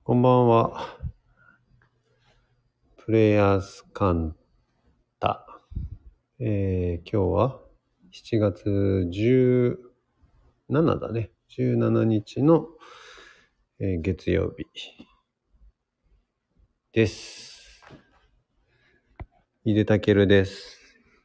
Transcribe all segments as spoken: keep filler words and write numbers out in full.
こんばんは。プレイヤースカンタ。えー、今日はしちがつじゅうしちだね。じゅうしちにちの、えー月曜日です。井出たけるです。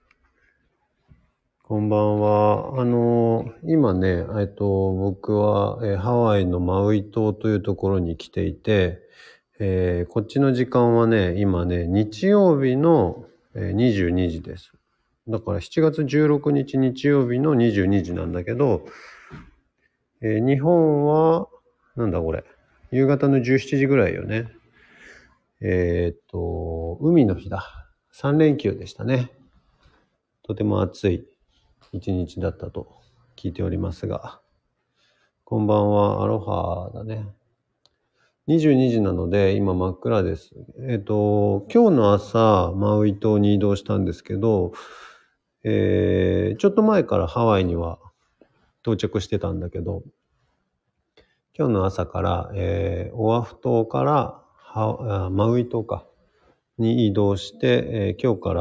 こんばんは。あのー今ね、えっと、僕は、えーハワイのマウイ島というところに来ていて、えーこっちの時間はね、今ね、日曜日の、えーにじゅうにじです。だからしちがつじゅうろくにち日曜日のにじゅうにじなんだけど、えー日本は、なんだこれ、夕方のじゅうしちじぐらいよね。えーっと、海の日だ。さんれんきゅうでしたね。とても暑い一日だったと聞いておりますが、こんばんは、アロハだね。にじゅうにじなので今真っ暗です。えっと、今日の朝、マウイ島に移動したんですけど、えー、ちょっと前からハワイには到着してたんだけど、今日の朝から、えー、オアフ島からハあマウイ島かに移動して、えー今日から、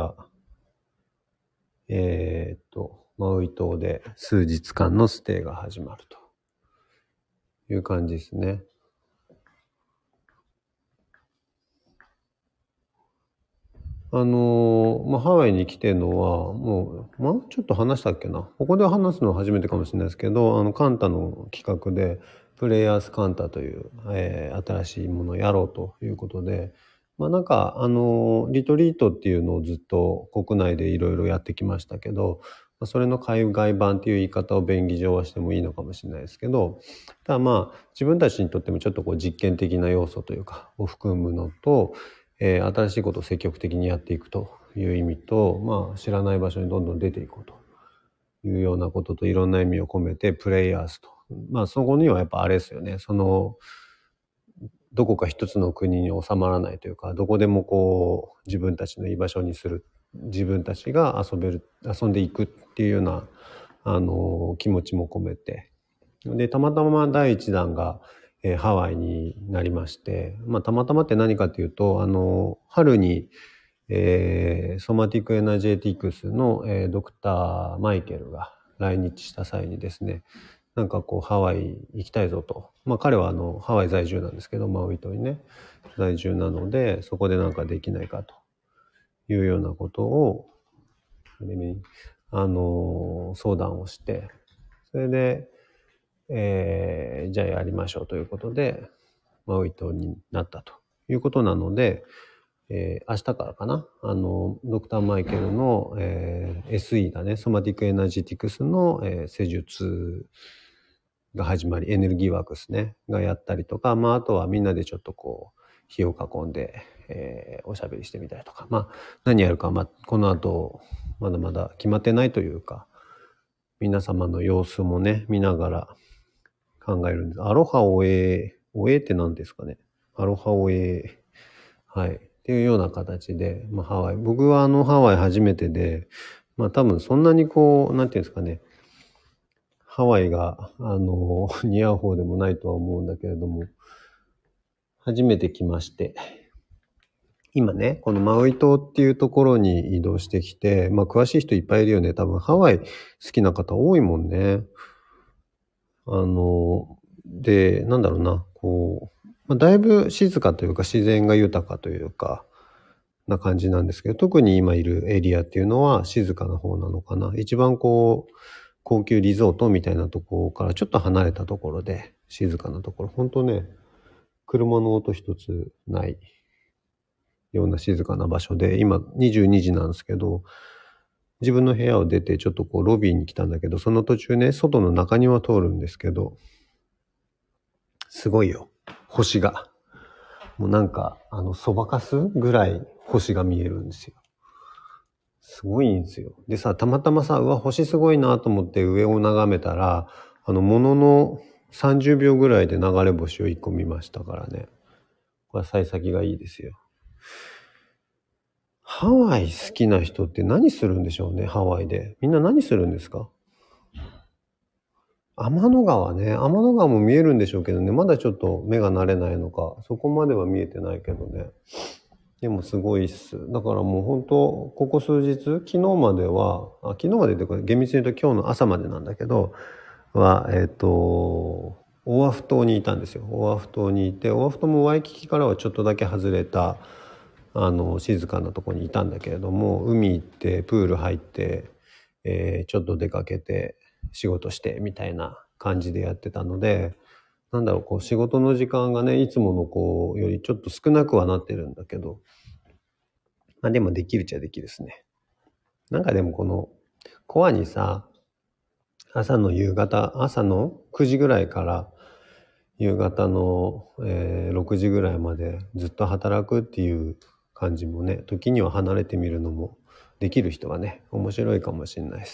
えーっと、マウイ島で数日間のステイが始まるという感じですね。あのーまあ、ハワイに来てるのは、もう、まあ、ちょっと話したっけな。ここで話すのは初めてかもしれないですけど、あの、カンタの企画で、プレイヤースカンタという、えー新しいものをやろうということで、まあ、なんか、あのーリトリートっていうのをずっと国内でいろいろやってきましたけど、まあそれの海外版っていう言い方を便宜上はしてもいいのかもしれないですけど、ただまあ、自分たちにとってもちょっとこう実験的な要素というか、を含むのと、えー新しいことを積極的にやっていくという意味と、まあ、知らない場所にどんどん出ていこうというようなことといろんな意味を込めてプレイヤーズと。まあ、そこにはやっぱあれですよね。その、どこか一つの国に収まらないというか、どこでもこう、自分たちの居場所にする。自分たちが遊べる、遊んでいくっていうような、あの、気持ちも込めて。で、たまたま第一弾が、えーハワイになりまして、まあ、たまたまって何かというと、あの、春に、えーソマティックエナジェティクスの、えードクターマイケルが来日した際にですね、なんかこうハワイ行きたいぞと。まあ彼はあのハワイ在住なんですけど、マウイ島にね、在住なので、そこでなんかできないかというようなことを、あの、相談をして、それで、えーじゃあやりましょうということで、マウイ島になったということなので、えー明日からかな、あの、ドクターマイケルの、えー エスイー だね、ソマティックエナジティクスの、えー施術が始まり、エネルギーワークスね、がやったりとか、まあ、あとはみんなでちょっとこう、火を囲んで、えーおしゃべりしてみたりとか、まあ、何やるか、まあ、この後、まだまだ決まってないというか、皆様の様子もね、見ながら考えるんです。アロハオエー、オエーって何ですかね。アロハオエー、はい。っていうような形で、まあ、ハワイ。僕はあのハワイ初めてで、まあ多分そんなにこう、なんていうんですかね、ハワイが、あの、似合う方でもないとは思うんだけれども、初めて来まして、今ね、このマウイ島っていうところに移動してきて、まあ詳しい人いっぱいいるよね。多分ハワイ好きな方多いもんね。あの、で、なんだろうな、こう、まあ、だいぶ静かというか自然が豊かというか、な感じなんですけど、特に今いるエリアっていうのは静かな方なのかな。一番こう、高級リゾートみたいなところからちょっと離れたところで、静かなところ。ほんとね、車の音一つないような静かな場所で、今にじゅうにじなんですけど、自分の部屋を出てちょっとこうロビーに来たんだけど、その途中ね、外の中庭通るんですけど、すごいよ。星が。もうなんか、あの、そばかすぐらい星が見えるんですよ。すごいんですよ。でさ、たまたまさ、うわ、星すごいなと思って上を眺めたら、あの、もののさんじゅうびょうぐらいで流れ星をいっこ見ましたからね。これは幸先がいいですよ。ハワイ好きな人って何するんでしょうね、ハワイで。みんな何するんですか？ 天の川ね、天の川も見えるんでしょうけどね、まだちょっと目が慣れないのか、そこまでは見えてないけどね。でもすごいっす。だからもう本当、ここ数日、昨日までは、あ、昨日までというか厳密に言うと今日の朝までなんだけど、は、えっと、オアフ島にいたんですよ。オアフ島にいて、オアフ島もワイキキからはちょっとだけ外れた、あの、静かなところにいたんだけれども、海行って、プール入って、えーちょっと出かけて、仕事してみたいな感じでやってたので、なんだろう、こう仕事の時間がね、いつものこうよりちょっと少なくはなってるんだけど、まあでもできるっちゃできるですね。なんかでもこのコアにさ、朝の夕方、朝のくじぐらいから夕方の、えーろくじぐらいまでずっと働くっていう感じもね、時には離れてみるのもできる人はね、面白いかもしれないです。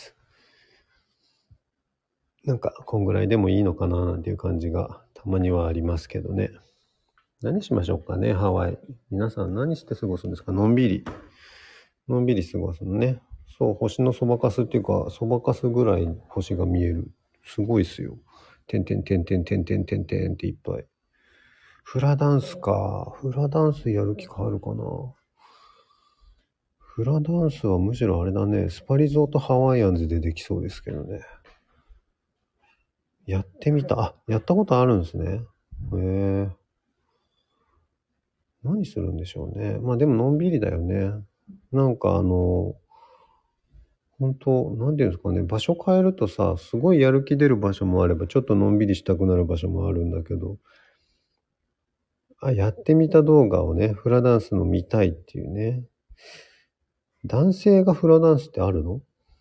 なんかこんぐらいでもいいのかななんていう感じがたまにはありますけどね。何しましょうかね、ハワイ。皆さん何して過ごすんですか？のんびり。のんびり過ごすのね。そう、星のそばかすっていうか、そばかすぐらい星が見える。すごいっすよ。てんてんてんてんてんてんてんてんっていっぱい。フラダンスか。フラダンスやる気変わるかな。フラダンスはむしろあれだね。スパリゾートハワイアンズでできそうですけどね。やってみた。あ、やったことあるんですね。へえ。何するんでしょうね。まあでものんびりだよね。なんかあの、本当なんていうんですかね、場所変えるとさ、すごいやる気出る場所もあれば、ちょっとのんびりしたくなる場所もあるんだけど、あ、やってみた動画をね、フラダンスの見たいっていうね。男性がフラダンスってあるの？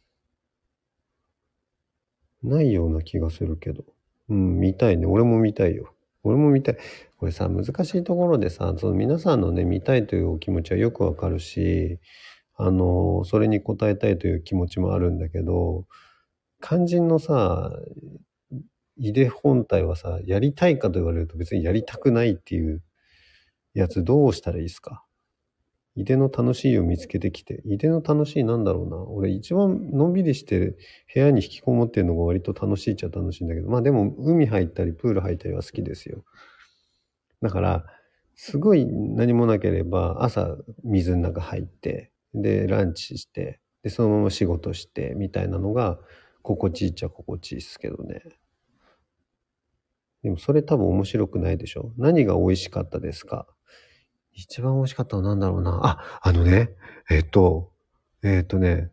ないような気がするけど。うん、見たいね。俺も見たいよ。俺も見たい。これさ、難しいところでさ、その皆さんのね、見たいというお気持ちはよくわかるし、あの、それに応えたいという気持ちもあるんだけど、肝心のさ、井出本体はさ、やりたいかと言われると別にやりたくないっていうやつどうしたらいいですか？井出の楽しいを見つけてきて、井出の楽しいなんだろうな。俺一番のんびりして部屋に引きこもってるのが割と楽しいっちゃ楽しいんだけど、まあでも海入ったりプール入ったりは好きですよ。だから、すごい何もなければ朝水の中入って、でランチして、でそのまま仕事してみたいなのが心地いいっちゃ心地いいですけどね。でもそれ多分面白くないでしょ。何が美味しかったですか？一番美味しかったのは何だろうな。あ、あのね、えっと、えっとね、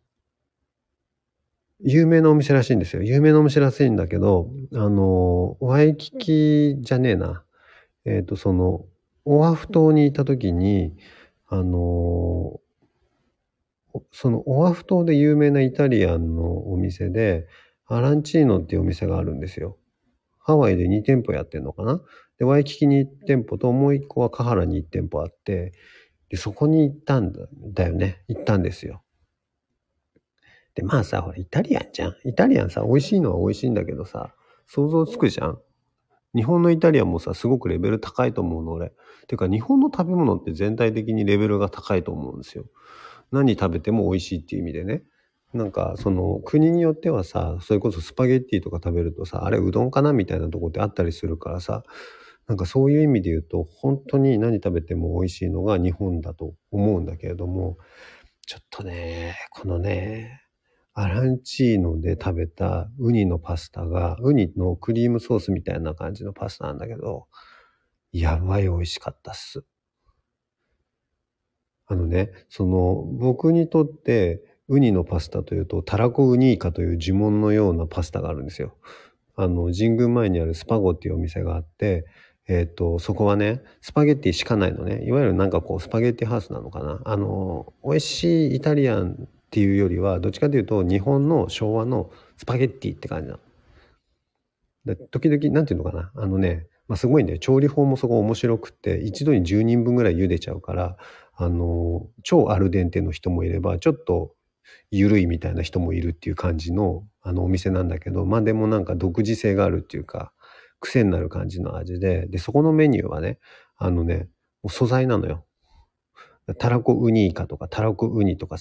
有名なお店らしいんですよ。有名なお店らしいんだけど、あの、ワイキキじゃねえな。えっと、その、オアフ島にいた時に、あの、そのオアフ島で有名なイタリアンのお店で、アランチーノっていうお店があるんですよ。ハワイでに店舗やってんのかな。で、ワイキキにいち店舗と、もういっこはカハラにいち店舗あって、で、そこに行ったんだ、だよね。行ったんですよ。で、まあさ、ほら、イタリアンじゃん。イタリアンさ、美味しいのは美味しいんだけどさ、想像つくじゃん。日本のイタリアンもさ、すごくレベル高いと思うの、俺。てか、日本の食べ物って全体的にレベルが高いと思うんですよ。何食べても美味しいっていう意味でね。なんか、その、国によってはさ、それこそスパゲッティとか食べるとさ、あれうどんかなみたいなとこってあったりするからさ、なんかそういう意味で言うと、本当に何食べても美味しいのが日本だと思うんだけれども、ちょっとね、このね、アランチーノで食べたウニのパスタが、ウニのクリームソースみたいな感じのパスタなんだけど、やばい美味しかったっす。あのね、その、僕にとって、ウニのパスタというと、タラコウニーカという呪文のようなパスタがあるんですよ。あの、神宮前にあるスパゴっていうお店があって、えっと、そこはね、スパゲッティしかないのね。いわゆるなんかこう、スパゲッティハウスなのかな。あの、美味しいイタリアンっていうよりは、どっちかというと、日本の昭和のスパゲッティって感じなの。で時々、なんていうのかな。あのね、まあ、すごいね、調理法もそこ面白くって、一度にじゅうにんぶんぐらい茹でちゃうから、あの、超アルデンテの人もいれば、ちょっと緩いみたいな人もいるっていう感じの、あの、お店なんだけど、まあでもなんか独自性があるっていうか、癖になる感じの味で、で、そこのメニューはね、あのね、もう素材なのよ。たらこウニイカとか、たらこウニとかさ、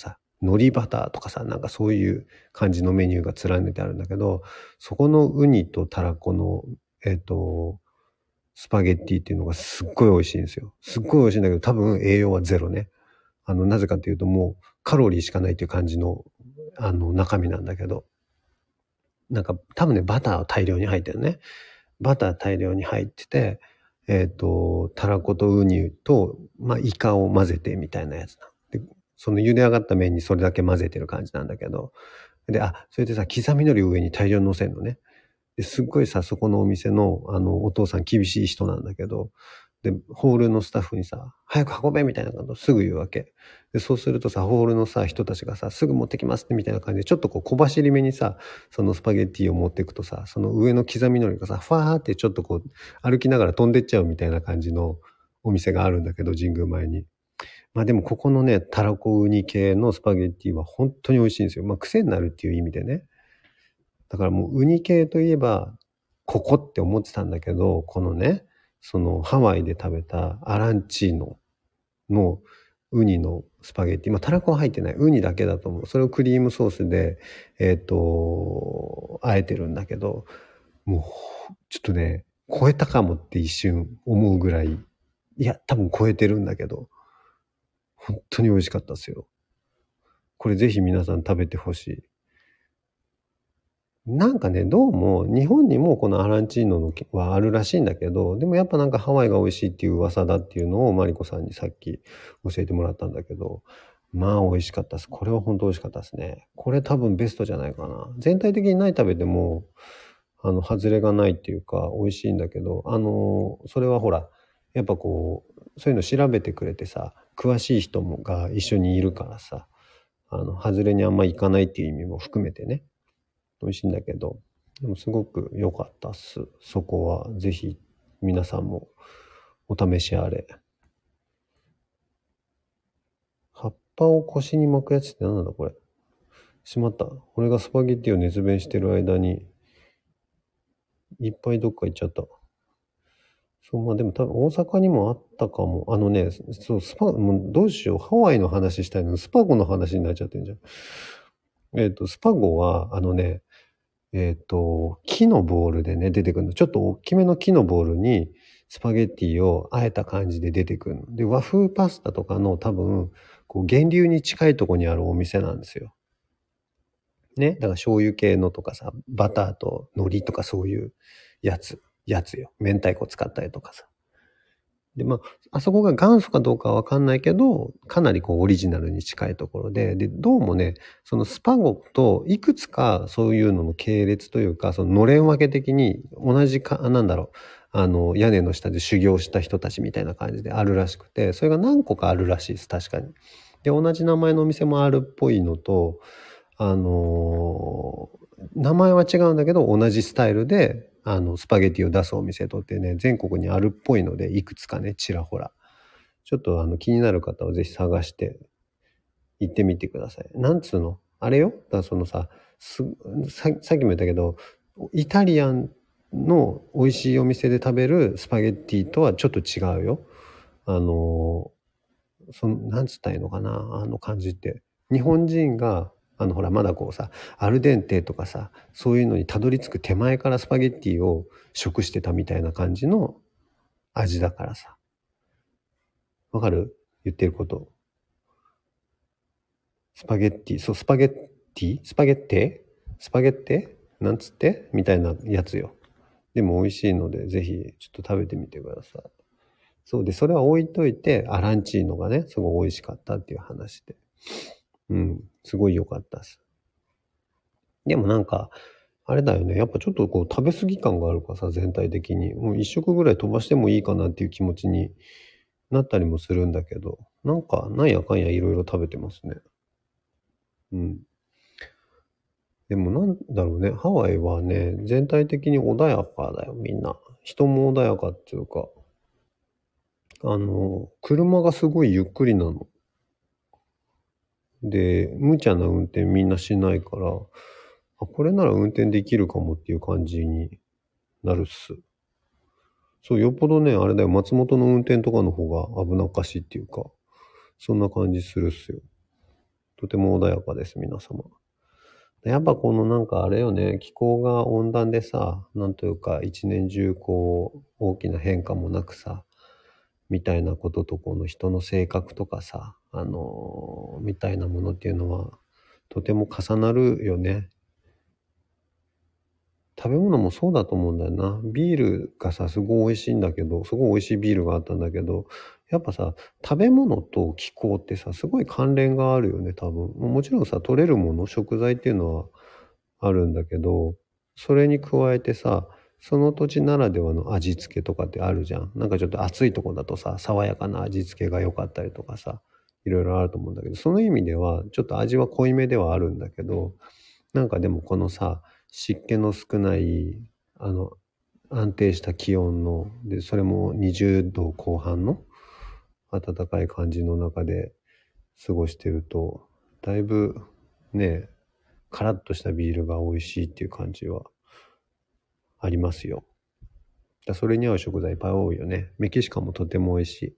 海苔バターとかさ、なんかそういう感じのメニューが連ねてあるんだけど、そこのウニとタラコの、えっと、スパゲッティっていうのがすっごい美味しいんですよ。すっごい美味しいんだけど、多分栄養はゼロね。あの、なぜかっていうともうカロリーしかないっていう感じの、あの、中身なんだけど、なんか多分ね、バター大量に入ってるね。バター大量に入ってて、えっと、たらことウニと、まあ、イカを混ぜてみたいなやつな。で、その茹で上がった麺にそれだけ混ぜてる感じなんだけど、で、あ、それでさ、刻み海苔を上に大量に乗せるのね。ですっごいさ、そこのお店の、あの、お父さん厳しい人なんだけど、で、ホールのスタッフにさ、早く運べみたいなことをすぐ言うわけ。で、そうするとさ、ホールのさ、人たちがさ、すぐ持ってきますってみたいな感じで、ちょっとこう小走り目にさ、そのスパゲッティを持っていくとさ、その上の刻み海苔がさ、ファーってちょっとこう、歩きながら飛んでっちゃうみたいな感じのお店があるんだけど、神宮前に。まあでもここのね、たらこウニ系のスパゲッティは本当に美味しいんですよ。まあ癖になるっていう意味でね。だからもうウニ系といえば、ここって思ってたんだけど、このね、そのハワイで食べたアランチーノのウニのスパゲッティ、まあたらこは入ってない。ウニだけだと思う。それをクリームソースで、えっと、和えてるんだけど、もう、ちょっとね、超えたかもって一瞬思うぐらい、いや、多分超えてるんだけど、本当に美味しかったですよ。これぜひ皆さん食べてほしい。なんかね、どうも日本にもこのアランチーノのはあるらしいんだけど、でもやっぱなんかハワイが美味しいっていう噂だっていうのをマリコさんにさっき教えてもらったんだけど、まあ美味しかったです。これは本当美味しかったですね。これ多分ベストじゃないかな。全体的に何食べても、あの、外れがないっていうか美味しいんだけど、あの、それはほら、やっぱこう、そういうの調べてくれてさ、詳しい人もが一緒にいるからさ、あの、外れにあんまいかないっていう意味も含めてね。美味しいんだけど、でもすごく良かったっす。そこはぜひ皆さんもお試しあれ。葉っぱを腰に巻くやつって何なんだこれ。しまった。俺がスパゲッティを熱弁してる間にいっぱいどっか行っちゃった。そう、まあでも多分大阪にもあったかも。あのね、そう、スパ、もうどうしよう。ハワイの話したいのにスパゴの話になっちゃってんじゃん。えっと、スパゴは、あのね、えっと、木のボールでね、出てくるの。ちょっと大きめの木のボールにスパゲッティを和えた感じで出てくるの。で、和風パスタとかの多分、こう、源流に近いところにあるお店なんですよ。ね。だから醤油系のとかさ、バターと海苔とかそういうやつ、やつよ。明太子使ったりとかさ。で、まあ、あそこが元祖かどうかはわかんないけど、かなりこうオリジナルに近いところで、で、どうもね、そのスパゴといくつかそういうのの系列というか、そののれん分け的に同じか、なんだろう、あの、屋根の下で修行した人たちみたいな感じであるらしくて、それが何個かあるらしいです、確かに。で、同じ名前のお店もあるっぽいのと、あのー名前は違うんだけど、同じスタイルで、あの、スパゲティを出すお店とってね、全国にあるっぽいので、いくつかね、ちらほら。ちょっとあの、気になる方はぜひ探して行ってみてください。なんつうのあれよだからそのさ、すさ、さっきも言ったけど、イタリアンの美味しいお店で食べるスパゲッティとはちょっと違うよ。あの、その、なんつったらいいのかな、あの感じって。日本人が、あの、ほら、まだこうさ、アルデンテとかさ、そういうのにたどり着く手前からスパゲッティを食してたみたいな感じの味だからさ。わかる言ってること。スパゲッティ、そう、スパゲッティスパゲッテスパゲッテなんつってみたいなやつよ。でも美味しいので、ぜひ、ちょっと食べてみてください。そうで、それは置いといて、アランチーノがね、すごい美味しかったっていう話で。うん、すごい良かったです。でもなんか、あれだよね。やっぱちょっとこう食べ過ぎ感があるからさ、全体的に。もう一食ぐらい飛ばしてもいいかなっていう気持ちになったりもするんだけど、なんか、なんやかんやいろいろ食べてますね。うん。でもなんだろうね。ハワイはね、全体的に穏やかだよ、みんな。人も穏やかっていうか、あの、車がすごいゆっくりなの。で、無茶な運転みんなしないから、あ、これなら運転できるかもっていう感じになるっす。そう、よっぽどね、あれだよ、松本の運転とかの方が危なっかしいっていうか、そんな感じするっすよ。 とても穏やかです、皆様。やっぱこのなんかあれよね、気候が温暖でさ、なんというか一年中こう大きな変化もなくさ、みたいなこととこの人の性格とかさ、あのーみたいなものっていうのはとても重なるよね。食べ物もそうだと思うんだよな。ビールがさ、すごい美味しいんだけど、すごい美味しいビールがあったんだけど、やっぱさ、食べ物と気候ってさ、すごい関連があるよね、多分。もちろんさ、取れるもの、食材っていうのはあるんだけど、それに加えてさ、その土地ならではの味付けとかってあるじゃん。なんかちょっと暑いとこだとさ、爽やかな味付けが良かったりとかさ、いろいろあると思うんだけど、その意味では、ちょっと味は濃いめではあるんだけど、なんかでもこのさ、湿気の少ない、あの、安定した気温の、で、それもにじゅうどこう半の暖かい感じの中で過ごしてると、だいぶね、カラッとしたビールが美味しいっていう感じはありますよ。だそれに合う食材いっぱい多いよね。メキシカンもとても美味しい。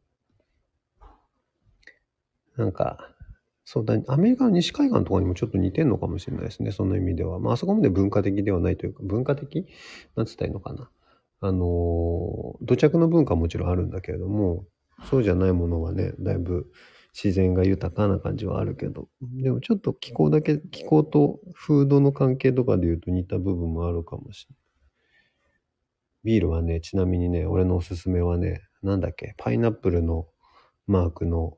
なんか、そうだ、アメリカの西海岸とかにもちょっと似てんのかもしれないですね。その意味では。まあ、あそこまで文化的ではないというか、文化的なんつったらいいのかな。あのー、土着の文化はもちろんあるんだけれども、そうじゃないものはね、だいぶ自然が豊かな感じはあるけど、でもちょっと気候だけ、気候とフードの関係とかで言うと似た部分もあるかもしれない。ビールはね、ちなみにね、俺のおすすめはね、なんだっけ、パイナップルのマークの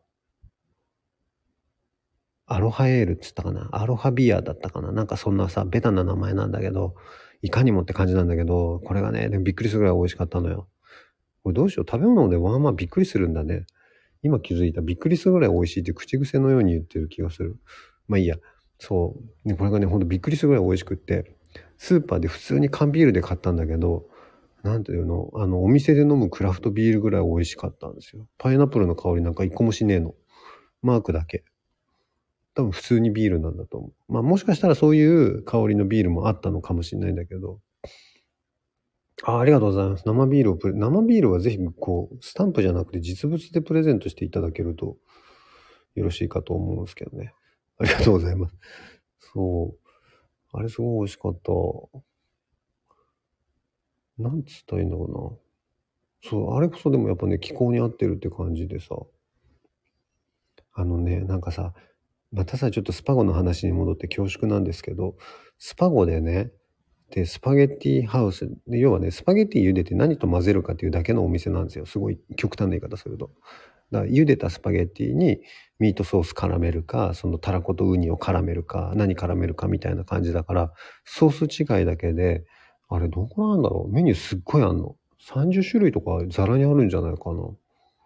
アロハエールっつったかな、アロハビアだったかな、なんかそんなさ、ベタな名前なんだけど、いかにもって感じなんだけど、これがね、でもびっくりするぐらい美味しかったのよ。これどうしよう、食べ物でまあまあびっくりするんだね。今気づいた。びっくりするぐらい美味しいって口癖のように言ってる気がする。まあいいや。そう。で、これがね、ほんとびっくりするぐらい美味しくって、スーパーで普通に缶ビールで買ったんだけど、なんていうの、あの、お店で飲むクラフトビールぐらい美味しかったんですよ。パイナップルの香りなんか一個もしねえの。マークだけ。多分普通にビールなんだと思う。まあもしかしたらそういう香りのビールもあったのかもしれないんだけど。あ、ありがとうございます。生ビールをプレ、生ビールはぜひこう、スタンプじゃなくて実物でプレゼントしていただけるとよろしいかと思うんですけどね。ありがとうございます。そう。あれすごい美味しかった。なんつったらいいんだろうな。そう、あれこそでもやっぱね、気候に合ってるって感じでさ。あのね、なんかさ、またさ、ちょっとスパゴの話に戻って恐縮なんですけど、スパゴでね、で、スパゲッティハウス。で、要はね、スパゲッティ茹でて何と混ぜるかっていうだけのお店なんですよ。すごい極端な言い方すると。だから茹でたスパゲッティにミートソース絡めるか、そのたらことウニを絡めるか、何絡めるかみたいな感じだから、ソース違いだけで、あれどこなんだろう、メニューすっごいあんの。さんじゅっ種類とかザラにあるんじゃないかな。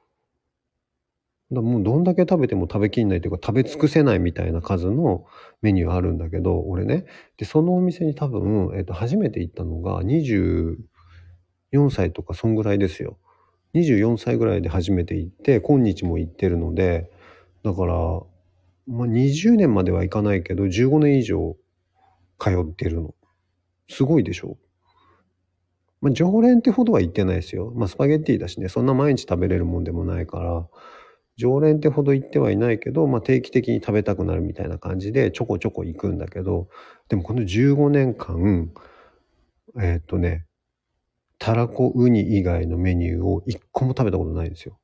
だもうどんだけ食べても食べきんないというか食べ尽くせないみたいな数のメニューあるんだけど、俺ね、で、そのお店に多分、えっと、初めて行ったのがにじゅうよんさいとかそんぐらいですよ。にじゅうよんさいぐらいで初めて行って、今日も行ってるので、だから、まあ、にじゅうねんまではいかないけど、じゅうごねん以上通ってるの。すごいでしょ？まあ、常連ってほどは言ってないですよ。まあ、スパゲッティだしね、そんな毎日食べれるもんでもないから、常連ってほど言ってはいないけど、まあ、定期的に食べたくなるみたいな感じでちょこちょこ行くんだけど、でもこのじゅうごねんかん、えーっとね、たらこウニ以外のメニューを一個も食べたことないんですよ。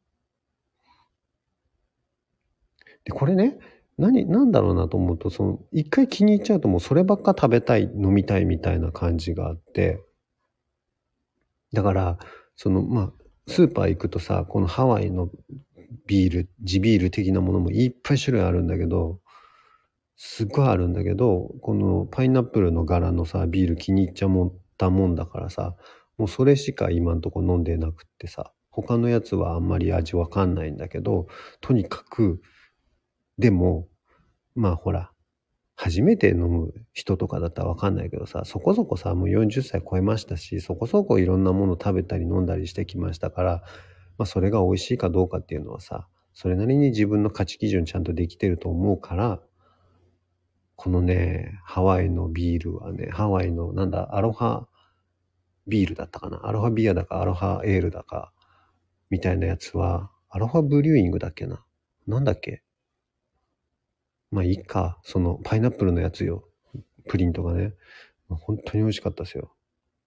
で、これね、何、なんだろうなと思うと、その、一回気に入っちゃうともうそればっか食べたい、飲みたいみたいな感じがあって、だから、その、まあ、スーパー行くとさ、このハワイのビール、地ビール的なものもいっぱい種類あるんだけど、すっごいあるんだけど、このパイナップルの柄のさ、ビール気に入っちゃったもんだからさ、もうそれしか今んとこ飲んでなくってさ、他のやつはあんまり味わかんないんだけど、とにかく、でも、まあほら、初めて飲む人とかだったらわかんないけどさ、そこそこさ、もうよんじゅっさい超えましたし、そこそこいろんなもの食べたり飲んだりしてきましたから、まあそれが美味しいかどうかっていうのはさ、それなりに自分の価値基準ちゃんとできてると思うから、このね、ハワイのビールはね、ハワイのなんだ、アロハビールだったかな。アロハビアだか、アロハエールだか、みたいなやつは、アロハブリューイングだっけな。なんだっけ。 まあいいか。そのパイナップルのやつよ。プリントがね。本当に美味しかったですよ。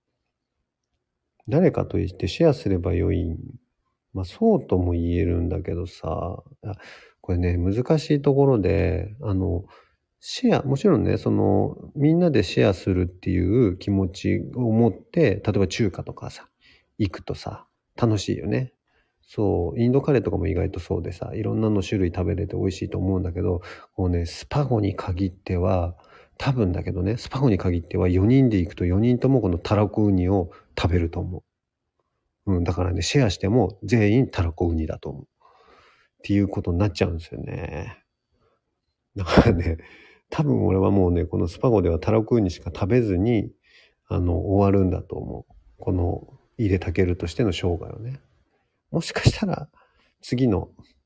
誰かと言ってシェアすればよい。まあそうとも言えるんだけどさ、あこれね、難しいところで、あの、シェア、もちろんね、その、みんなでシェアするっていう気持ちを持って、例えば中華とかさ、行くとさ、楽しいよね。そう、インドカレーとかも意外とそうでさ、いろんなの種類食べれて美味しいと思うんだけど、こうね、スパゴに限っては、多分だけどね、スパゴに限ってはよにんで行くとよにんともこのたらこウニを食べると思う。うん、だからね、シェアしても全員たらこウニだと思う。っていうことになっちゃうんですよね。だからね、多分俺はもうね、このスパゴではたらこウニしか食べずに、あの、終わるんだと思う。この、入れたけるとしての生涯をね。もしかしたら、次の、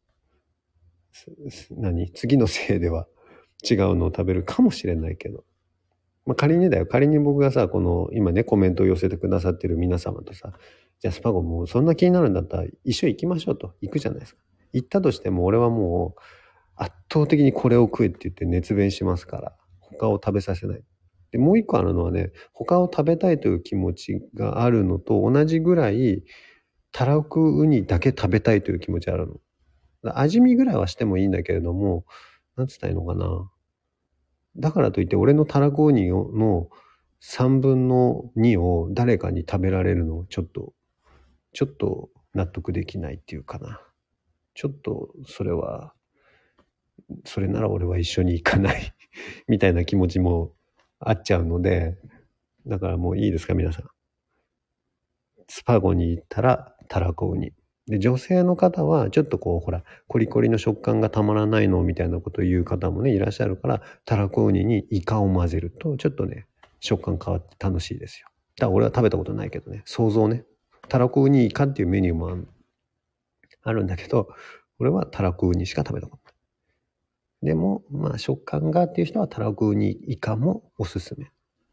何次のせいでは違うのを食べるかもしれないけど。まあ、仮にだよ。仮に僕がさ、この、今ね、コメントを寄せてくださってる皆様とさ、じゃあスパゴもうそんな気になるんだったら一緒行きましょうと。行くじゃないですか。行ったとしても俺はもう圧倒的にこれを食えって言って熱弁しますから、他を食べさせない。で、もう一個あるのはね、他を食べたいという気持ちがあるのと同じぐらい、たらこウニだけ食べたいという気持ちあるの。味見ぐらいはしてもいいんだけれども、なんつったらいいのかな。だからといって俺のたらこウニのさんぶんのにを誰かに食べられるのちょっと、ちょっと納得できないっていうかな。ちょっとそれは、それなら俺は一緒に行かないみたいな気持ちもあっちゃうので、だからもういいですか皆さん。スパゴに行ったらたらこウニ。で、女性の方はちょっとこうほらコリコリの食感がたまらないのみたいなことを言う方もねいらっしゃるから、たらこウニにイカを混ぜるとちょっとね食感変わって楽しいですよ。だから俺は食べたことないけどね、想像ね、たらこウニイカっていうメニューもあるあるんだけど、俺はたらこウニしか食べたことない。でもまあ食感がっていう人はたらこウニイカもおすすめ。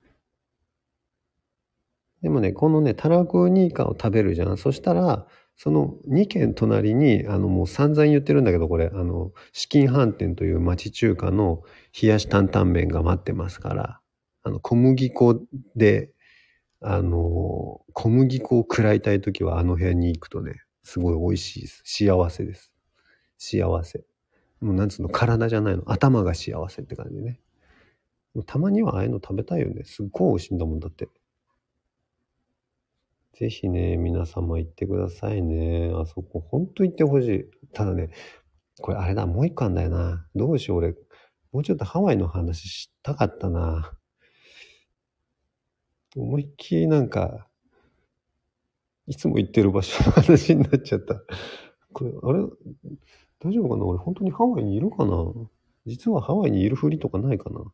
でもね、このね、たらこウニイカを食べるじゃん。そしたら、そのに軒隣に、あの、もう散々言ってるんだけど、これ、あの、紫金飯店という町中華の冷やし担々麺が待ってますから、あの、小麦粉で、あの、小麦粉を食らいたいときはあの部屋に行くとね、すごい美味しいです。幸せです。幸せ。もうなんつうの、体じゃないの。頭が幸せって感じでね。たまにはああいうの食べたいよね。すっごい美味しいんだもんだって。ぜひね、皆様行ってくださいね。あそこ、ほんと行ってほしい。ただね、これあれだ、もう一個あんだよな。どうしよう、俺。もうちょっとハワイの話したかったな。思いっきりなんか、いつも行ってる場所の話になっちゃった。これ、あれ大丈夫かな俺、本当にハワイにいるかな。実はハワイにいるふりとかないかな。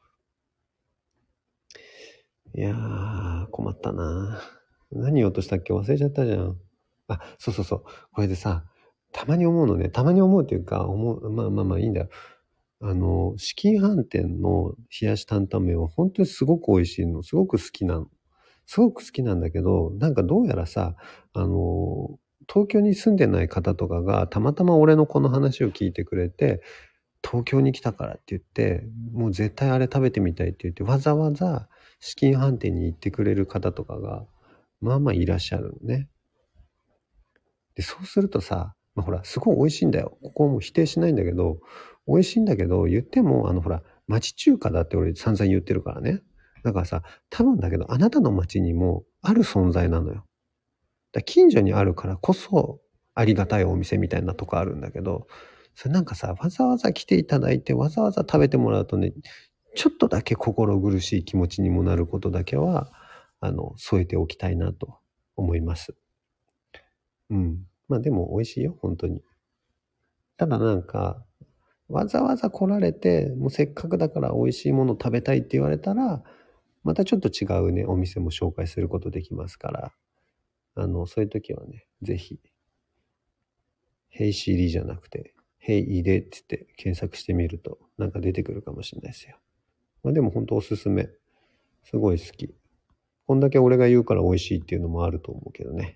いやー、困ったな。何言おうとしたっけ忘れちゃったじゃん。あ、そうそうそう。これでさ、たまに思うのね。たまに思うっていうか、思う、まあまあまあいいんだよ。あの、紫金飯店の冷やし担々麺は本当にすごく美味しいの。すごく好きなの。すごく好きなんだけど、なんかどうやらさ、あの、東京に住んでない方とかがたまたま俺のこの話を聞いてくれて、東京に来たからって言って、もう絶対あれ食べてみたいって言って、わざわざ紫金飯店に行ってくれる方とかが、まあまあいらっしゃるのね。で、そうするとさ、まあ、ほら、すごい美味しいんだよ。ここはもう否定しないんだけど、美味しいんだけど、言っても、あの、ほら、町中華だって俺散々言ってるからね。だからさ、多分だけど、あなたの町にもある存在なのよ。だ近所にあるからこそ、ありがたいお店みたいなとこあるんだけど、それなんかさ、わざわざ来ていただいて、わざわざ食べてもらうとね、ちょっとだけ心苦しい気持ちにもなることだけは、あの、添えておきたいなと思います。うん。まあでも美味しいよ、本当に。ただなんか、わざわざ来られて、もうせっかくだから美味しいもの食べたいって言われたら、またちょっと違うね、お店も紹介することできますから、あの、そういう時はね、ぜひ、ヘイシリじゃなくて、ヘイイデって言って検索してみると、なんか出てくるかもしれないですよ。まあでも本当おすすめ。すごい好き。こんだけ俺が言うから美味しいっていうのもあると思うけどね。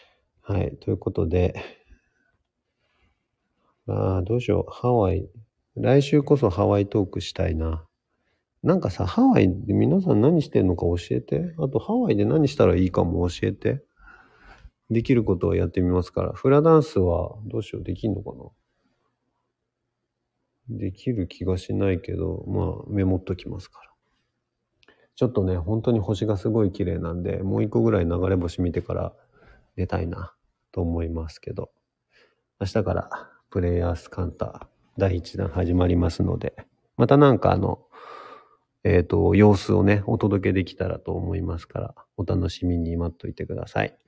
はい。ということで、ああ、どうしよう。ハワイ。 来週こそハワイトークしたいな。なんかさ、ハワイで皆さん何してんのか教えて。あとハワイで何したらいいかも教えて。できることをやってみますから。フラダンスはどうしよう、できんのかな。できる気がしないけど、まあメモっときますから。ちょっとね、本当に星がすごい綺麗なんで、もう一個ぐらい流れ星見てから寝たいなと思いますけど、明日からプレイヤースカンタだいいちだん始まりますので、またなんかあの、えっと、様子をね、お届けできたらと思いますから、お楽しみに待っといてください。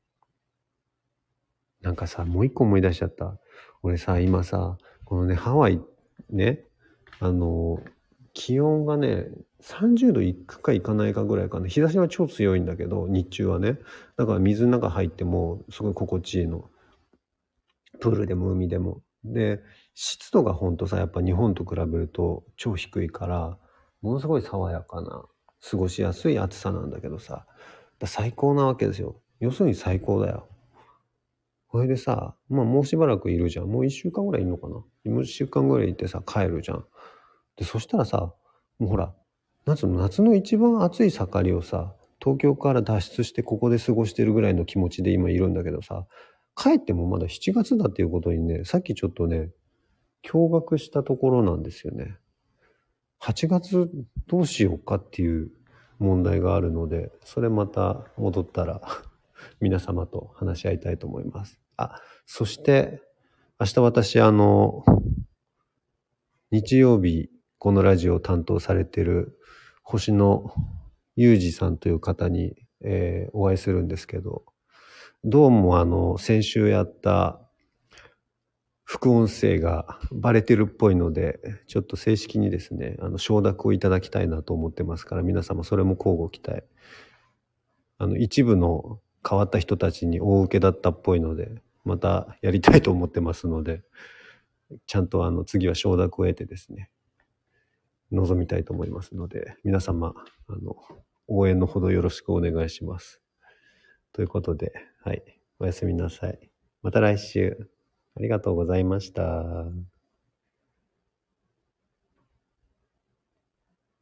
なんかさ、もう一個思い出しちゃった。俺さ、今さ、このね、ハワイね、あの、気温がね、さんじゅうどいくかいかないかぐらいかな。日差しは超強いんだけど、日中はね。だから水の中入っても、すごい心地いいの。プールでも海でも。で、湿度がほんとさ、やっぱ日本と比べると超低いから、ものすごい爽やかな、過ごしやすい暑さなんだけどさ、だ最高なわけですよ。要するに最高だよ。これでさ、まあもうしばらくいるじゃん。もういっしゅうかんぐらいいるのかな。もういっしゅうかんぐらいいてさ、帰るじゃん。で、そしたらさ、もうほら、夏の夏の一番暑い盛りをさ、東京から脱出してここで過ごしてるぐらいの気持ちで今いるんだけどさ、帰ってもまだしちがつだっていうことにね、さっきちょっとね、驚愕したところなんですよね。はちがつどうしようかっていう問題があるので、それまた戻ったら皆様と話し合いたいと思います。あ、そして明日私あの、日曜日このラジオを担当されてる星野裕二さんという方に、えーお会いするんですけど、どうもあの先週やった副音声がバレてるっぽいので、ちょっと正式にですね、あの承諾をいただきたいなと思ってますから、皆様それも交互期待。あの一部の変わった人たちに大受けだったっぽいので、またやりたいと思ってますので、ちゃんとあの次は承諾を得てですね、臨みたいと思いますので、皆様あの応援のほどよろしくお願いします。ということで、はい、おやすみなさい。また来週。ありがとうございました。